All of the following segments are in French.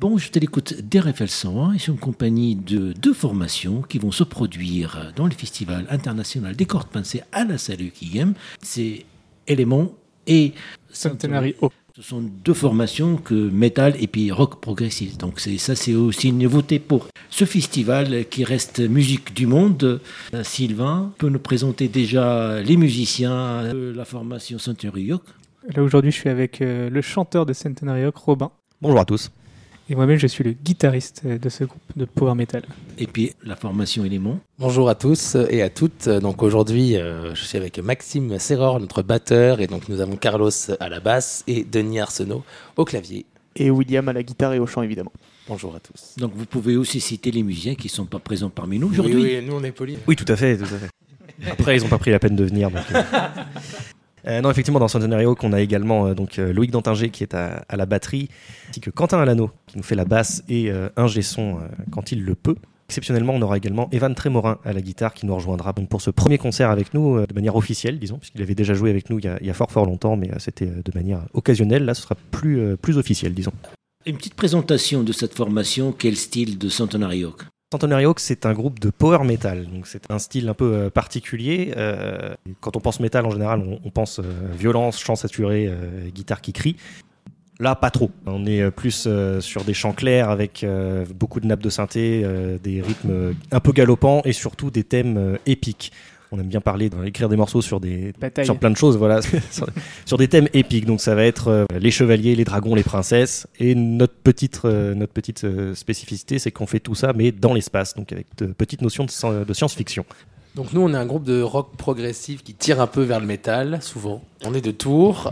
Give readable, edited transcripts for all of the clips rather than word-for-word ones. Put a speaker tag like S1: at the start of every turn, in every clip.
S1: Bon, je l'écoute d'RFL 101 et je suis en compagnie de deux formations qui vont se produire dans le Festival international des cordes pincées à la Salle Guillem. C'est Éléments et
S2: Centenario.
S1: Ce sont deux formations que métal et puis rock progressif. Donc c'est aussi une nouveauté pour ce festival qui reste musique du monde. Sylvain peut nous présenter déjà les musiciens de la formation Centenario.
S2: Là aujourd'hui je suis avec le chanteur de Centenario, Robin.
S3: Bonjour à tous.
S2: Et moi-même je suis le guitariste de ce groupe de power metal.
S1: Et puis la formation Éléments.
S4: Bonjour à tous et à toutes. Donc aujourd'hui, je suis avec Maxime Serror, notre batteur, et donc nous avons Carlos à la basse et Denis Arsenault au clavier.
S5: Et William à la guitare et au chant, évidemment.
S4: Bonjour à tous.
S1: Donc vous pouvez aussi citer les musiciens qui ne sont pas présents parmi nous aujourd'hui.
S4: Oui, nous on est polis.
S3: Oui, tout à fait. Après, ils n'ont pas pris la peine de venir. Donc, non, effectivement, dans Centenario, on a également Loïc Dantinger qui est à la batterie, ainsi que Quentin Alano qui nous fait la basse et ingé son quand il le peut. Exceptionnellement, on aura également Evan Trémorin à la guitare qui nous rejoindra donc, pour ce premier concert avec nous de manière officielle, disons, puisqu'il avait déjà joué avec nous il y a fort longtemps, mais c'était de manière occasionnelle. Là, ce sera plus officiel, disons.
S1: Une petite présentation de cette formation, quel style de Centenario?
S3: Centenario, c'est un groupe de power metal, donc c'est un style un peu particulier. Quand on pense metal en général, on pense violence, chant saturé, guitare qui crie. Là, pas trop. On est plus sur des chants clairs avec beaucoup de nappes de synthé, des rythmes un peu galopants et surtout des thèmes épiques. On aime bien parler, écrire des morceaux sur plein de choses, voilà, sur des thèmes épiques. Donc ça va être les chevaliers, les dragons, les princesses. Et notre petite spécificité, c'est qu'on fait tout ça, mais dans l'espace, donc avec de petites notions de science-fiction.
S4: Donc nous, on est un groupe de rock progressif qui tire un peu vers le métal, souvent. On est de Tours.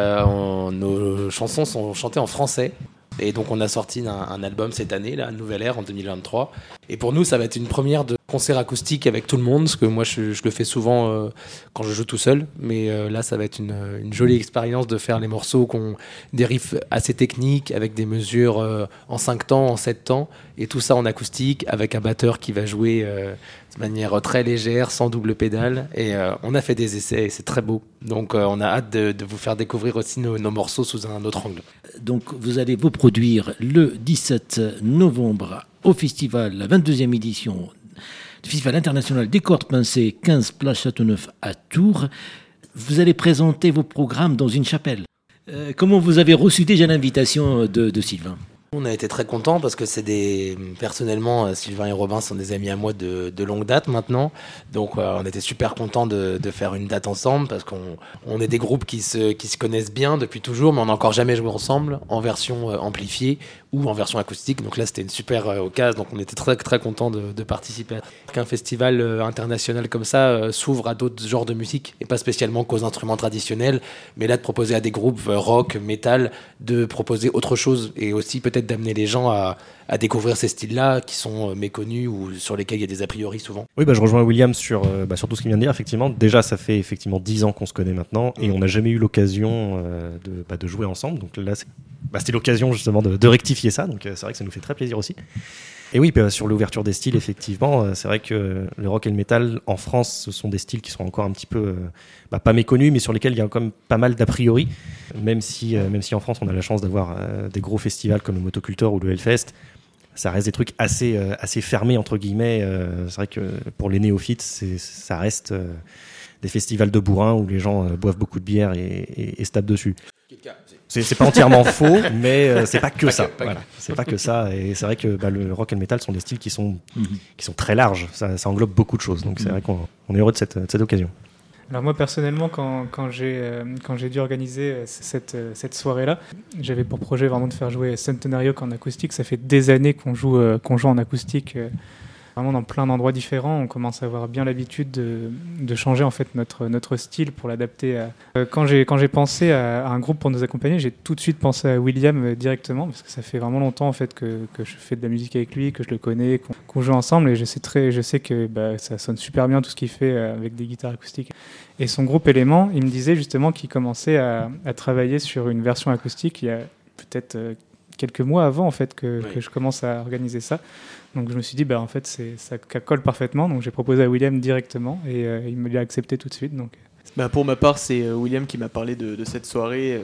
S4: Nos chansons sont chantées en français. Et donc on a sorti un album cette année, là, Nouvelle Ère en 2023. Et pour nous, ça va être une première de concert acoustique avec tout le monde, parce que moi je le fais souvent quand je joue tout seul. Mais là, ça va être une jolie expérience de faire les morceaux qui ont des riffs assez techniques, avec des mesures en 5 temps, en 7 temps, et tout ça en acoustique, avec un batteur qui va jouer de manière très légère, sans double pédale. Et on a fait des essais et c'est très beau. Donc on a hâte de vous faire découvrir aussi nos morceaux sous un autre angle.
S1: Donc vous allez vous produire le 17 novembre au festival, la 22e édition du Festival international des cordes pincées, 15 Place Châteauneuf à Tours. Vous allez présenter vos programmes dans une chapelle. Comment vous avez reçu déjà l'invitation de Sylvain ?
S4: On a été très contents parce que personnellement, Sylvain et Robin sont des amis à moi de longue date maintenant. Donc on était super contents de faire une date ensemble parce qu'on est des groupes qui se connaissent bien depuis toujours, mais on n'a encore jamais joué ensemble en version amplifiée ou en version acoustique. Donc là, c'était une super occasion. Donc on était très, très contents de participer. Qu'un festival international comme ça s'ouvre à d'autres genres de musique et pas spécialement qu'aux instruments traditionnels, mais là de proposer à des groupes rock, metal, de proposer autre chose et aussi peut-être d'amener les gens à découvrir ces styles-là qui sont méconnus ou sur lesquels il y a des a priori souvent.
S3: Oui, je rejoins William sur tout ce qu'il vient de dire. Effectivement, déjà, ça fait effectivement 10 ans qu'on se connaît maintenant et on n'a jamais eu l'occasion de jouer ensemble. Donc là, c'était l'occasion justement de rectifier ça. Donc c'est vrai que ça nous fait très plaisir aussi. Et oui, sur l'ouverture des styles, effectivement, c'est vrai que le rock et le metal en France, ce sont des styles qui sont encore un petit peu pas méconnus, mais sur lesquels il y a quand même pas mal d'a priori. Même si en France, on a la chance d'avoir des gros festivals comme le Motoculteur ou le Hellfest, ça reste des trucs assez fermés entre guillemets. C'est vrai que pour les néophytes, ça reste des festivals de bourrin où les gens boivent beaucoup de bière et se tapent dessus. C'est pas entièrement faux, mais c'est pas que ça. Voilà. C'est pas que ça. Et c'est vrai que le rock et le metal sont des styles qui sont très larges. Ça englobe beaucoup de choses. Donc c'est vrai qu'on est heureux de cette occasion.
S2: Alors moi personnellement, quand j'ai dû organiser cette soirée-là, j'avais pour projet vraiment de faire jouer Centenario en acoustique. Ça fait des années qu'on joue en acoustique. Vraiment dans plein d'endroits différents, on commence à avoir bien l'habitude de changer en fait notre style pour l'adapter à... Quand j'ai pensé à un groupe pour nous accompagner, j'ai tout de suite pensé à William directement parce que ça fait vraiment longtemps en fait que je fais de la musique avec lui, que je le connais, qu'on joue ensemble et je sais que ça sonne super bien tout ce qu'il fait avec des guitares acoustiques. Et son groupe Éléments, il me disait justement qu'il commençait à travailler sur une version acoustique il y a peut-être quelques mois avant en fait que je commence à organiser ça. Donc je me suis dit en fait ça colle parfaitement, donc j'ai proposé à William directement et il me l'a accepté tout de suite. Donc
S5: Pour ma part, c'est William qui m'a parlé de cette soirée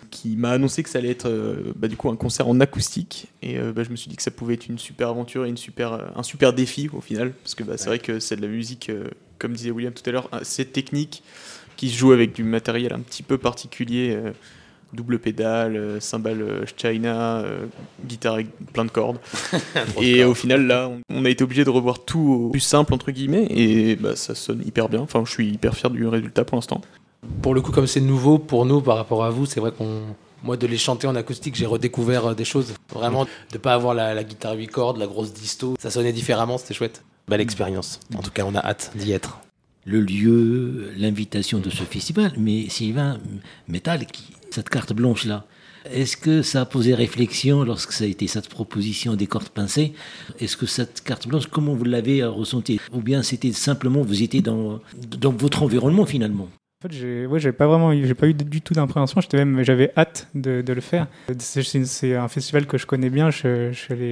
S5: qui m'a annoncé que ça allait être du coup un concert en acoustique. Et je me suis dit que ça pouvait être une super aventure et un super défi au final. Parce que c'est vrai que c'est de la musique, comme disait William tout à l'heure, assez technique, qui se joue avec du matériel un petit peu particulier. Double pédale, cymbale China, guitare avec plein de cordes. Et au final, là, on a été obligé de revoir tout au plus simple, entre guillemets, et ça sonne hyper bien. Enfin, je suis hyper fier du résultat pour l'instant.
S4: Pour le coup, comme c'est nouveau pour nous par rapport à vous, c'est vrai moi, de les chanter en acoustique, j'ai redécouvert des choses. Vraiment, de pas avoir la guitare 8 cordes, la grosse disto, ça sonnait différemment, c'était chouette. Belle expérience. En tout cas, on a hâte d'y être.
S1: Le lieu, l'invitation de ce festival, mais Sylvain, Métal, cette carte blanche-là, est-ce que ça a posé réflexion lorsque ça a été cette proposition des cordes pincées? Est-ce que cette carte blanche, comment vous l'avez ressentie? Ou bien c'était simplement, vous étiez dans votre environnement finalement?
S2: En fait, j'ai pas eu du tout d'impréhension. J'avais hâte de le faire. C'est un festival que je connais bien. Je suis allé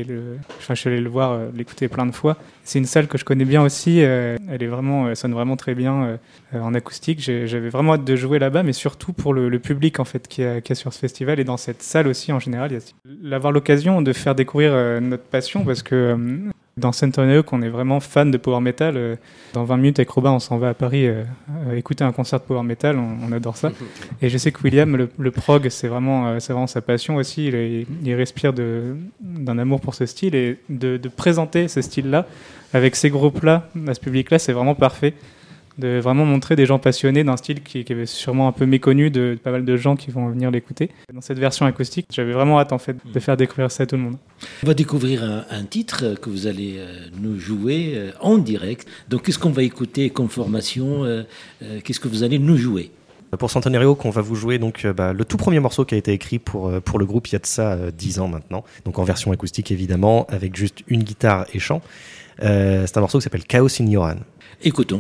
S2: le voir, l'écouter plein de fois. C'est une salle que je connais bien aussi. Elle sonne vraiment très bien en acoustique. J'avais vraiment hâte de jouer là-bas, mais surtout pour le public en fait qui est sur ce festival et dans cette salle aussi en général. Avoir l'occasion de faire découvrir notre passion, parce que dans Centenario, qu'on est vraiment fan de power metal. Dans 20 minutes avec Robin, on s'en va à Paris écouter un concert de power metal. On adore ça. Et je sais que William, le prog, c'est vraiment sa passion aussi. Il respire d'un amour pour ce style, et de présenter ce style-là avec ces groupes-là à ce public-là, c'est vraiment parfait. De vraiment montrer des gens passionnés d'un style qui est sûrement un peu méconnu de pas mal de gens qui vont venir l'écouter. Dans cette version acoustique, j'avais vraiment hâte en fait de faire découvrir ça à tout le monde.
S1: On va découvrir un titre que vous allez nous jouer en direct. Donc qu'est-ce qu'on va écouter comme formation? Qu'est-ce que vous allez nous jouer?
S3: Pour Centenario, qu'on va vous jouer donc le tout premier morceau qui a été écrit pour le groupe il y a de ça 10 ans maintenant. Donc en version acoustique évidemment, avec juste une guitare et chant. C'est un morceau qui s'appelle Chaos in Yoran.
S1: Écoutons.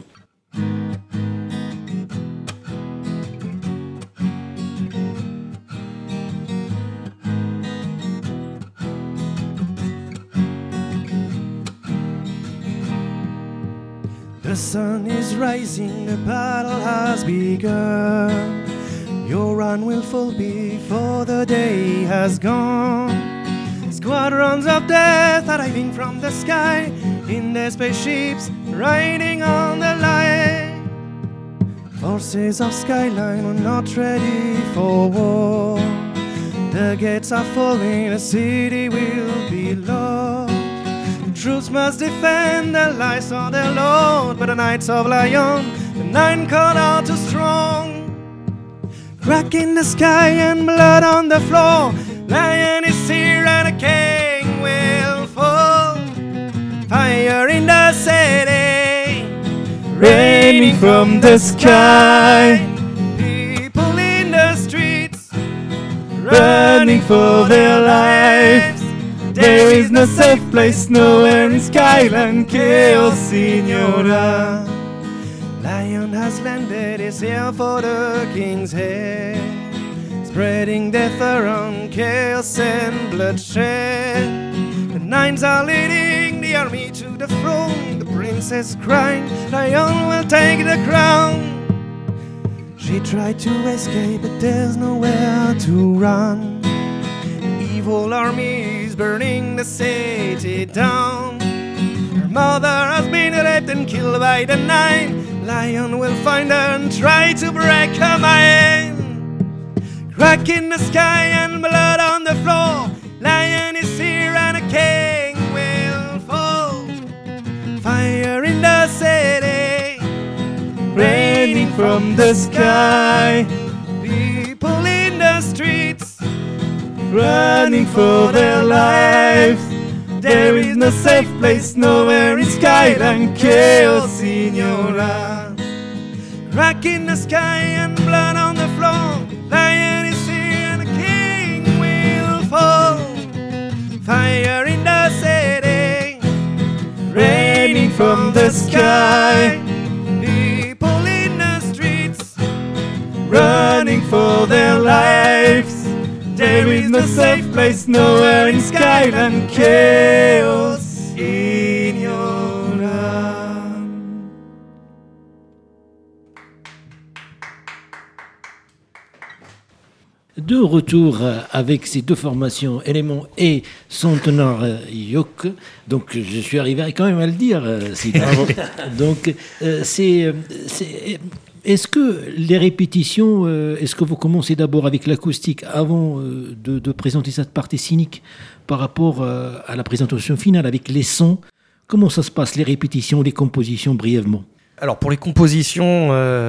S6: The sun is rising, the battle has begun. Your run will fall before the day has gone. Squadrons of death arriving from the sky in their spaceships riding on the line. Forces of Skyline are not ready for war. The gates are falling, the city will be lost. Troops must defend their lives or their lord, but the Knights of Lion, the Nine Cord are too strong. Crack in the sky and blood on the floor. Lion is here and a king will fall. Fire in the city, raining from the sky. People in the streets, running for their lives. There is no safe place nowhere in Skyland, Chaos Signora. Lion has landed, is here for the king's head, spreading death around, chaos and bloodshed. The Nines are leading the army to the throne. The princess crying, Lion will take the crown. She tried to escape, but there's nowhere to run. Evil armies burning the city down. Her mother has been raped and killed by the Nine. Lion will find her and try to break her mind. Crack in the sky and blood on the floor. Lion is here and a king will fall. Fire in the city, raining from the sky. People in the streets, running for their lives. There is no safe place nowhere in Skyland, Chaos Signora. Crack in the sky and blood on the floor. Lion is here and the king will fall. Fire in the city, raining from the sky. People in the streets, running for their lives. There is no safe place nowhere in Skyland, Chaos in your land.
S1: de retour avec ces deux formations, Éléments et Centenario. Donc, je suis arrivé quand même à le dire, Sylvain. Donc, est-ce que les répétitions, est-ce que vous commencez d'abord avec l'acoustique avant de présenter cette partie scénique par rapport à la présentation finale avec les sons? Comment ça se passe, les répétitions, les compositions, brièvement?
S3: Alors pour les compositions,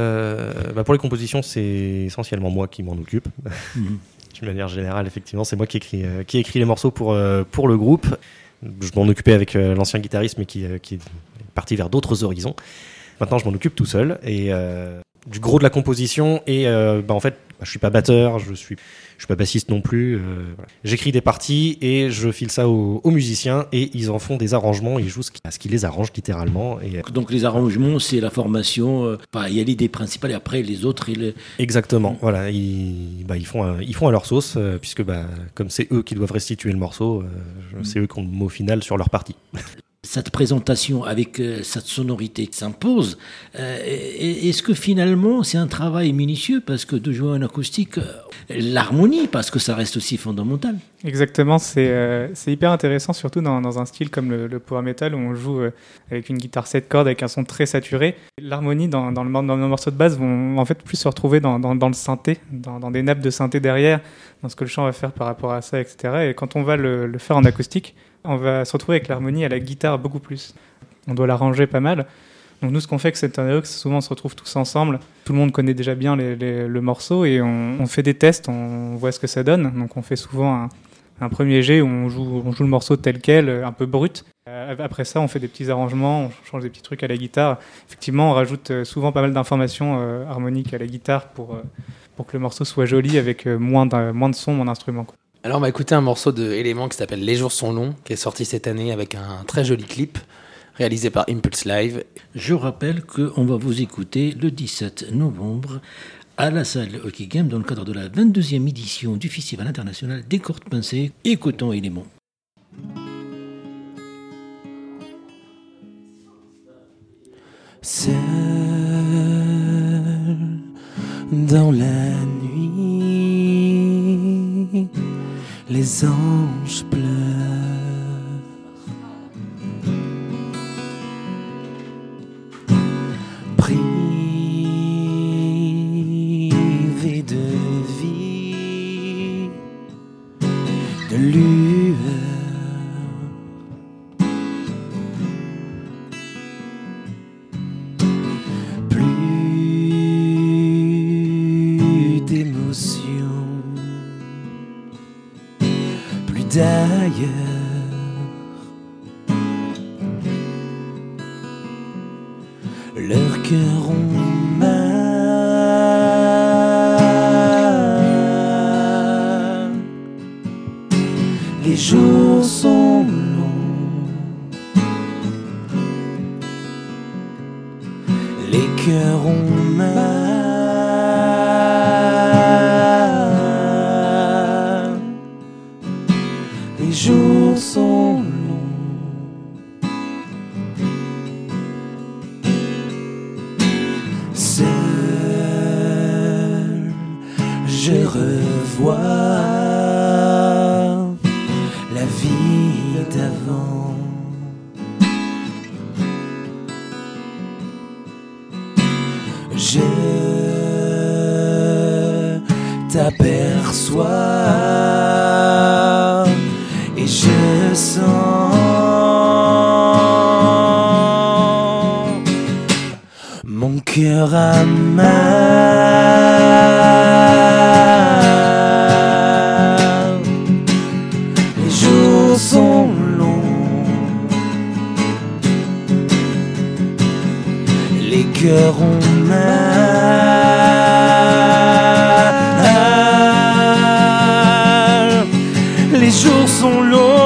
S3: c'est essentiellement moi qui m'en occupe. D'une manière générale, effectivement, c'est moi qui écris les morceaux pour le groupe. Je m'en occupais avec l'ancien guitariste, mais qui est parti vers d'autres horizons. Maintenant, je m'en occupe tout seul et du gros de la composition. Et en fait, je suis pas batteur, je suis pas bassiste non plus. Voilà. J'écris des parties et je file ça aux musiciens et ils en font des arrangements. Ils jouent ce qui les arrange littéralement. Et,
S1: donc les arrangements, c'est la formation. Il y a l'idée principale et après les autres.
S3: Exactement. Voilà, ils font à leur sauce puisque comme c'est eux qui doivent restituer le morceau, c'est eux qui ont le mot final sur leur partie.
S1: Cette présentation avec cette sonorité s'impose. Est-ce que finalement c'est un travail minutieux parce que de jouer en acoustique, l'harmonie, parce que ça reste aussi fondamental.
S2: Exactement, c'est hyper intéressant, surtout dans un style comme le power metal où on joue avec une guitare 7 cordes avec un son très saturé. L'harmonie dans nos morceaux de base vont en fait plus se retrouver dans le synthé, dans des nappes de synthé derrière, dans ce que le chant va faire par rapport à ça, etc. Et quand on va le faire en acoustique, on va se retrouver avec l'harmonie à la guitare beaucoup plus. On doit l'arranger pas mal. Donc nous, ce qu'on fait avec Centenario, c'est souvent on se retrouve tous ensemble. Tout le monde connaît déjà bien le morceau et on fait des tests, on voit ce que ça donne. Donc on fait souvent un premier jet où on joue le morceau tel quel, un peu brut. Après ça, on fait des petits arrangements, on change des petits trucs à la guitare. Effectivement, on rajoute souvent pas mal d'informations harmoniques à la guitare pour que le morceau soit joli avec moins de son, moins d'instruments, quoi.
S4: Alors on va écouter un morceau de Éléments qui s'appelle Les jours sont longs, qui est sorti cette année avec un très joli clip réalisé par Impulse Live.
S1: Je rappelle qu'on va vous écouter le 17 novembre à la salle Hockey Game dans le cadre de la 22e édition du Festival international des cordes pincées. Écoutons Éléments.
S6: Seul dans la nuit, les anges pleurent. Privés de vie, de lueur, plus d'émotion, plus d'ailleurs. Leurs cœurs ont mal. Les jours sont longs. Les cœurs ont mal. Les jours sont longs. Je revois la vie d'avant. Je t'aperçois et je sens mon cœur à mal. Les jours sont longs. Les cœurs ont mal. Les jours sont longs.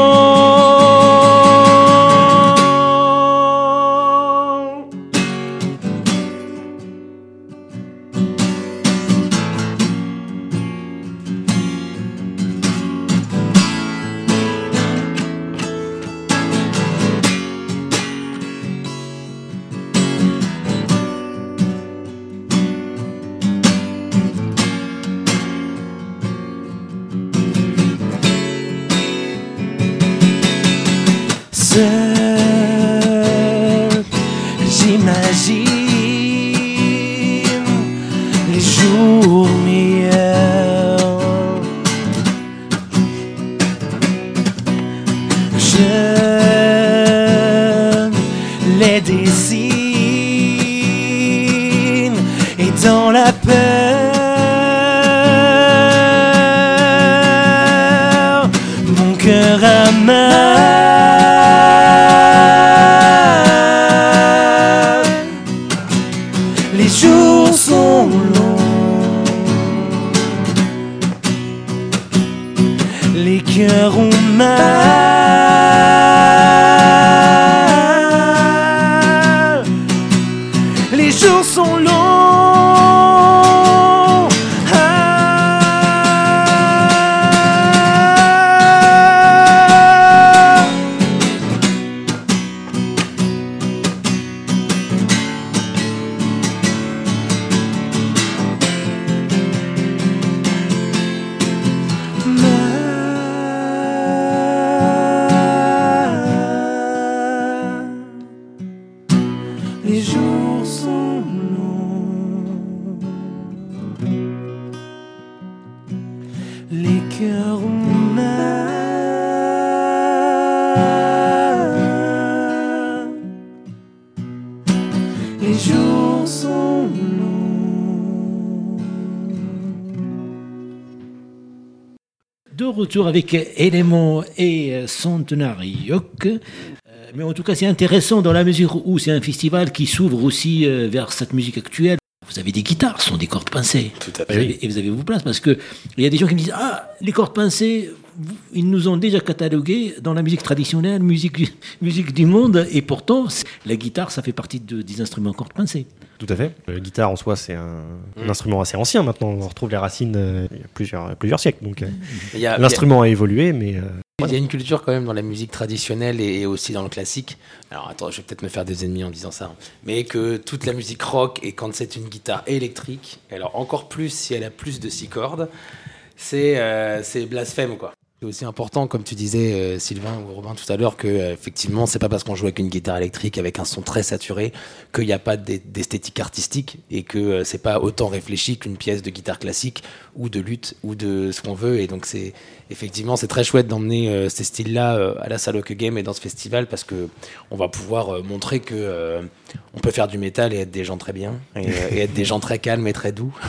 S6: Seul, j'imagine les jours meilleurs. Je les dessine et dans la peur, mon cœur a mal. Les jours sont longs, les cœurs ont mal. Les jours sont longs. Les jours sont longs, les cœurs ont mal. Les jours sont longs.
S1: De retour avec Éléments et Centenariok. Mais en tout cas, c'est intéressant dans la mesure où c'est un festival qui s'ouvre aussi vers cette musique actuelle. Vous avez des guitares, ce sont des cordes pincées.
S4: Tout à fait.
S1: Et vous avez vos places parce qu'il y a des gens qui me disent « Ah, les cordes pincées, ils nous ont déjà catalogués dans la musique traditionnelle, musique du monde. » Et pourtant, la guitare, ça fait partie des instruments cordes pincées.
S3: Tout à fait. La guitare en soi, c'est un instrument assez ancien maintenant. On retrouve les racines il y a plusieurs siècles. Donc l'instrument a évolué, mais...
S4: Il y a une culture quand même dans la musique traditionnelle et aussi dans le classique. Alors attends, je vais peut-être me faire des ennemis en disant ça. Mais que toute la musique rock, et quand c'est une guitare électrique, alors encore plus si elle a plus de 6 cordes, c'est blasphème quoi. C'est aussi important, comme tu disais Sylvain ou Robin tout à l'heure, que effectivement c'est pas parce qu'on joue avec une guitare électrique avec un son très saturé qu'il n'y a pas d'esthétique artistique et que c'est pas autant réfléchi qu'une pièce de guitare classique ou de luth ou de ce qu'on veut. Et donc c'est très chouette d'emmener ces styles-là à la Saloke Game et dans ce festival parce que on va pouvoir montrer que on peut faire du métal et être des gens très bien et être des gens très calmes et très doux.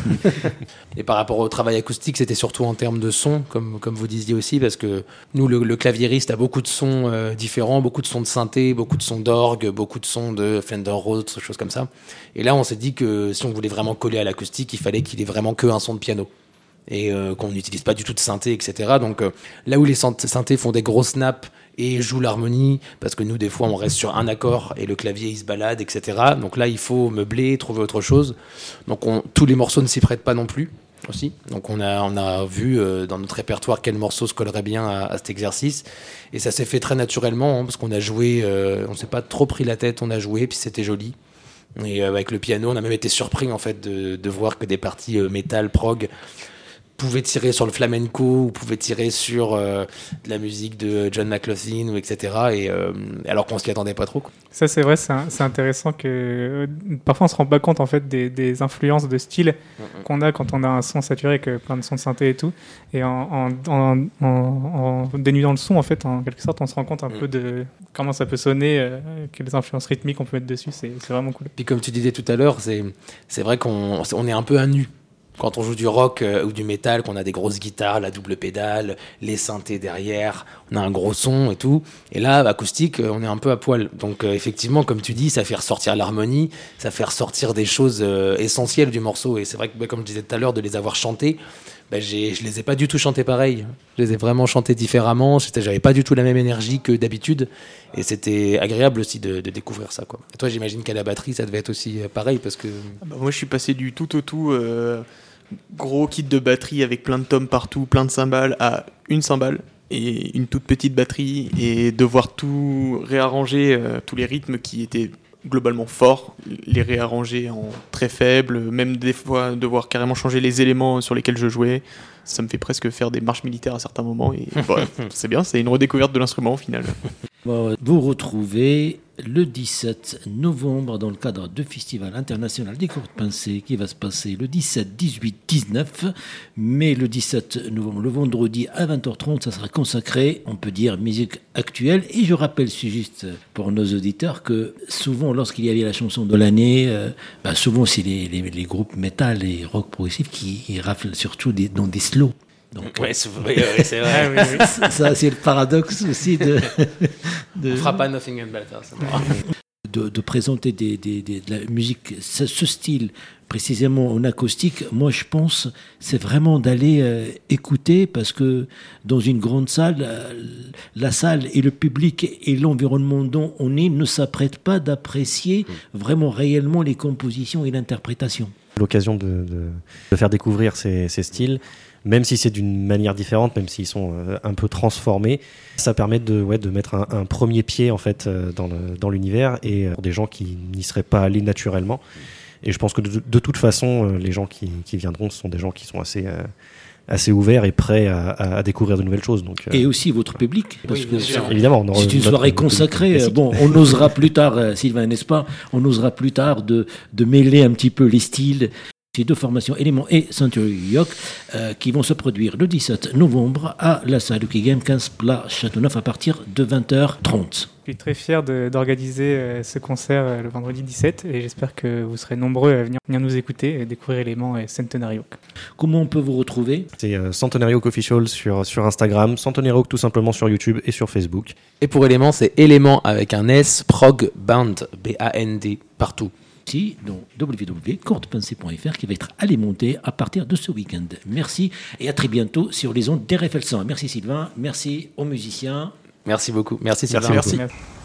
S4: Et par rapport au travail acoustique, c'était surtout en termes de son, comme vous disiez aussi, parce que nous, le claviériste a beaucoup de sons différents, beaucoup de sons de synthé, beaucoup de sons d'orgue, beaucoup de sons de Fender Rhodes, choses comme ça. Et là, on s'est dit que si on voulait vraiment coller à l'acoustique, il fallait qu'il ait vraiment que un son de piano. Et qu'on n'utilise pas du tout de synthé, etc. Donc là où les synthés font des gros snaps et jouent l'harmonie, parce que nous des fois on reste sur un accord et le clavier il se balade, etc. Donc là il faut meubler, trouver autre chose. Donc tous les morceaux ne s'y prêtent pas non plus aussi. Donc on a vu dans notre répertoire quel morceau se collerait bien à cet exercice. Et ça s'est fait très naturellement, parce qu'on a joué, on s'est pas trop pris la tête, on a joué, puis c'était joli. Et avec le piano, on a même été surpris en fait de voir que des parties métal, prog pouvaient tirer sur le flamenco ou pouvaient tirer sur de la musique de John McLaughlin ou etc. Et alors qu'on s'y attendait pas trop.
S2: Ça c'est vrai, c'est intéressant que parfois on se rend pas compte en fait des influences de style qu'on a quand on a un son saturé avec plein de sons de synthé et tout. Et en dénudant le son en fait, en quelque sorte, on se rend compte un peu de comment ça peut sonner, quelles influences rythmiques on peut mettre dessus. C'est vraiment cool.
S4: Puis comme tu disais tout à l'heure, c'est vrai qu'on est un peu à nu. Quand on joue du rock ou du métal, qu'on a des grosses guitares, la double pédale, les synthés derrière, on a un gros son et tout. Et là, acoustique, on est un peu à poil. Donc effectivement, comme tu dis, ça fait ressortir l'harmonie, ça fait ressortir des choses essentielles du morceau. Et c'est vrai que, comme je disais tout à l'heure, de les avoir chantés, je les ai pas du tout chantés pareil. Je les ai vraiment chantés différemment. J'avais pas du tout la même énergie que d'habitude. Et c'était agréable aussi de découvrir ça, quoi. Et toi, j'imagine qu'à la batterie, ça devait être aussi pareil parce que...
S5: moi, je suis passé du tout au tout... gros kit de batterie avec plein de tomes partout, plein de cymbales, à une cymbale et une toute petite batterie, et devoir tout réarranger, tous les rythmes qui étaient globalement forts, les réarranger en très faibles, même des fois devoir carrément changer les éléments sur lesquels je jouais. Ça me fait presque faire des marches militaires à certains moments, et c'est bien, c'est une redécouverte de l'instrument au final.
S1: On va vous retrouver le 17 novembre dans le cadre du Festival international des courtes pensées qui va se passer le 17, 18, 19. Mais le 17 novembre, le vendredi à 20h30, ça sera consacré, on peut dire, musique actuelle. Et je rappelle, c'est juste pour nos auditeurs, que souvent, lorsqu'il y avait la chanson de l'année, souvent c'est les groupes métal et rock progressif qui raflent surtout dans des slows. Donc,
S4: oui, c'est vrai.
S1: Ça, c'est le paradoxe aussi de
S4: On fera pas Nothing and Better, c'est bon.
S1: de présenter de la musique, ce style précisément en acoustique. Moi, je pense, c'est vraiment d'aller écouter, parce que dans une grande salle, la salle et le public et l'environnement dont on est ne s'apprêtent pas d'apprécier vraiment réellement les compositions et l'interprétation.
S3: L'occasion de faire découvrir ces styles, même si c'est d'une manière différente, même s'ils sont un peu transformés, ça permet de mettre un premier pied en fait dans l'univers, et pour des gens qui n'y seraient pas allés naturellement. Et je pense que de toute façon, les gens qui viendront, ce sont des gens qui sont assez ouverts et prêts à découvrir de nouvelles choses. Donc,
S1: et aussi votre public, parce que
S3: évidemment,
S1: c'est une soirée consacrée. Bon, on osera plus tard, Sylvain, n'est-ce pas, on osera plus tard de mêler un petit peu les styles. Ces deux formations, Éléments et Century Yoke, qui vont se produire le 17 novembre à la salle Hockey Game 15 Place Châteauneuf à partir de 20h30.
S2: Je suis très fier d'organiser ce concert le vendredi 17 et j'espère que vous serez nombreux à venir nous écouter et découvrir Éléments et Century Yoke.
S1: Comment on peut vous retrouver ? C'est
S3: Century Yoke Official sur Instagram, Century Yoke tout simplement sur YouTube et sur Facebook.
S4: Et pour Éléments, c'est Éléments avec un S, Prog Band, B-A-N-D, partout.
S1: Dans www.courtepensée.fr qui va être alimenté à partir de ce week-end. Merci et à très bientôt sur les ondes d'RFL 100. Merci Sylvain, merci aux musiciens.
S4: Merci beaucoup. Merci Sylvain.
S3: Merci.
S2: Merci.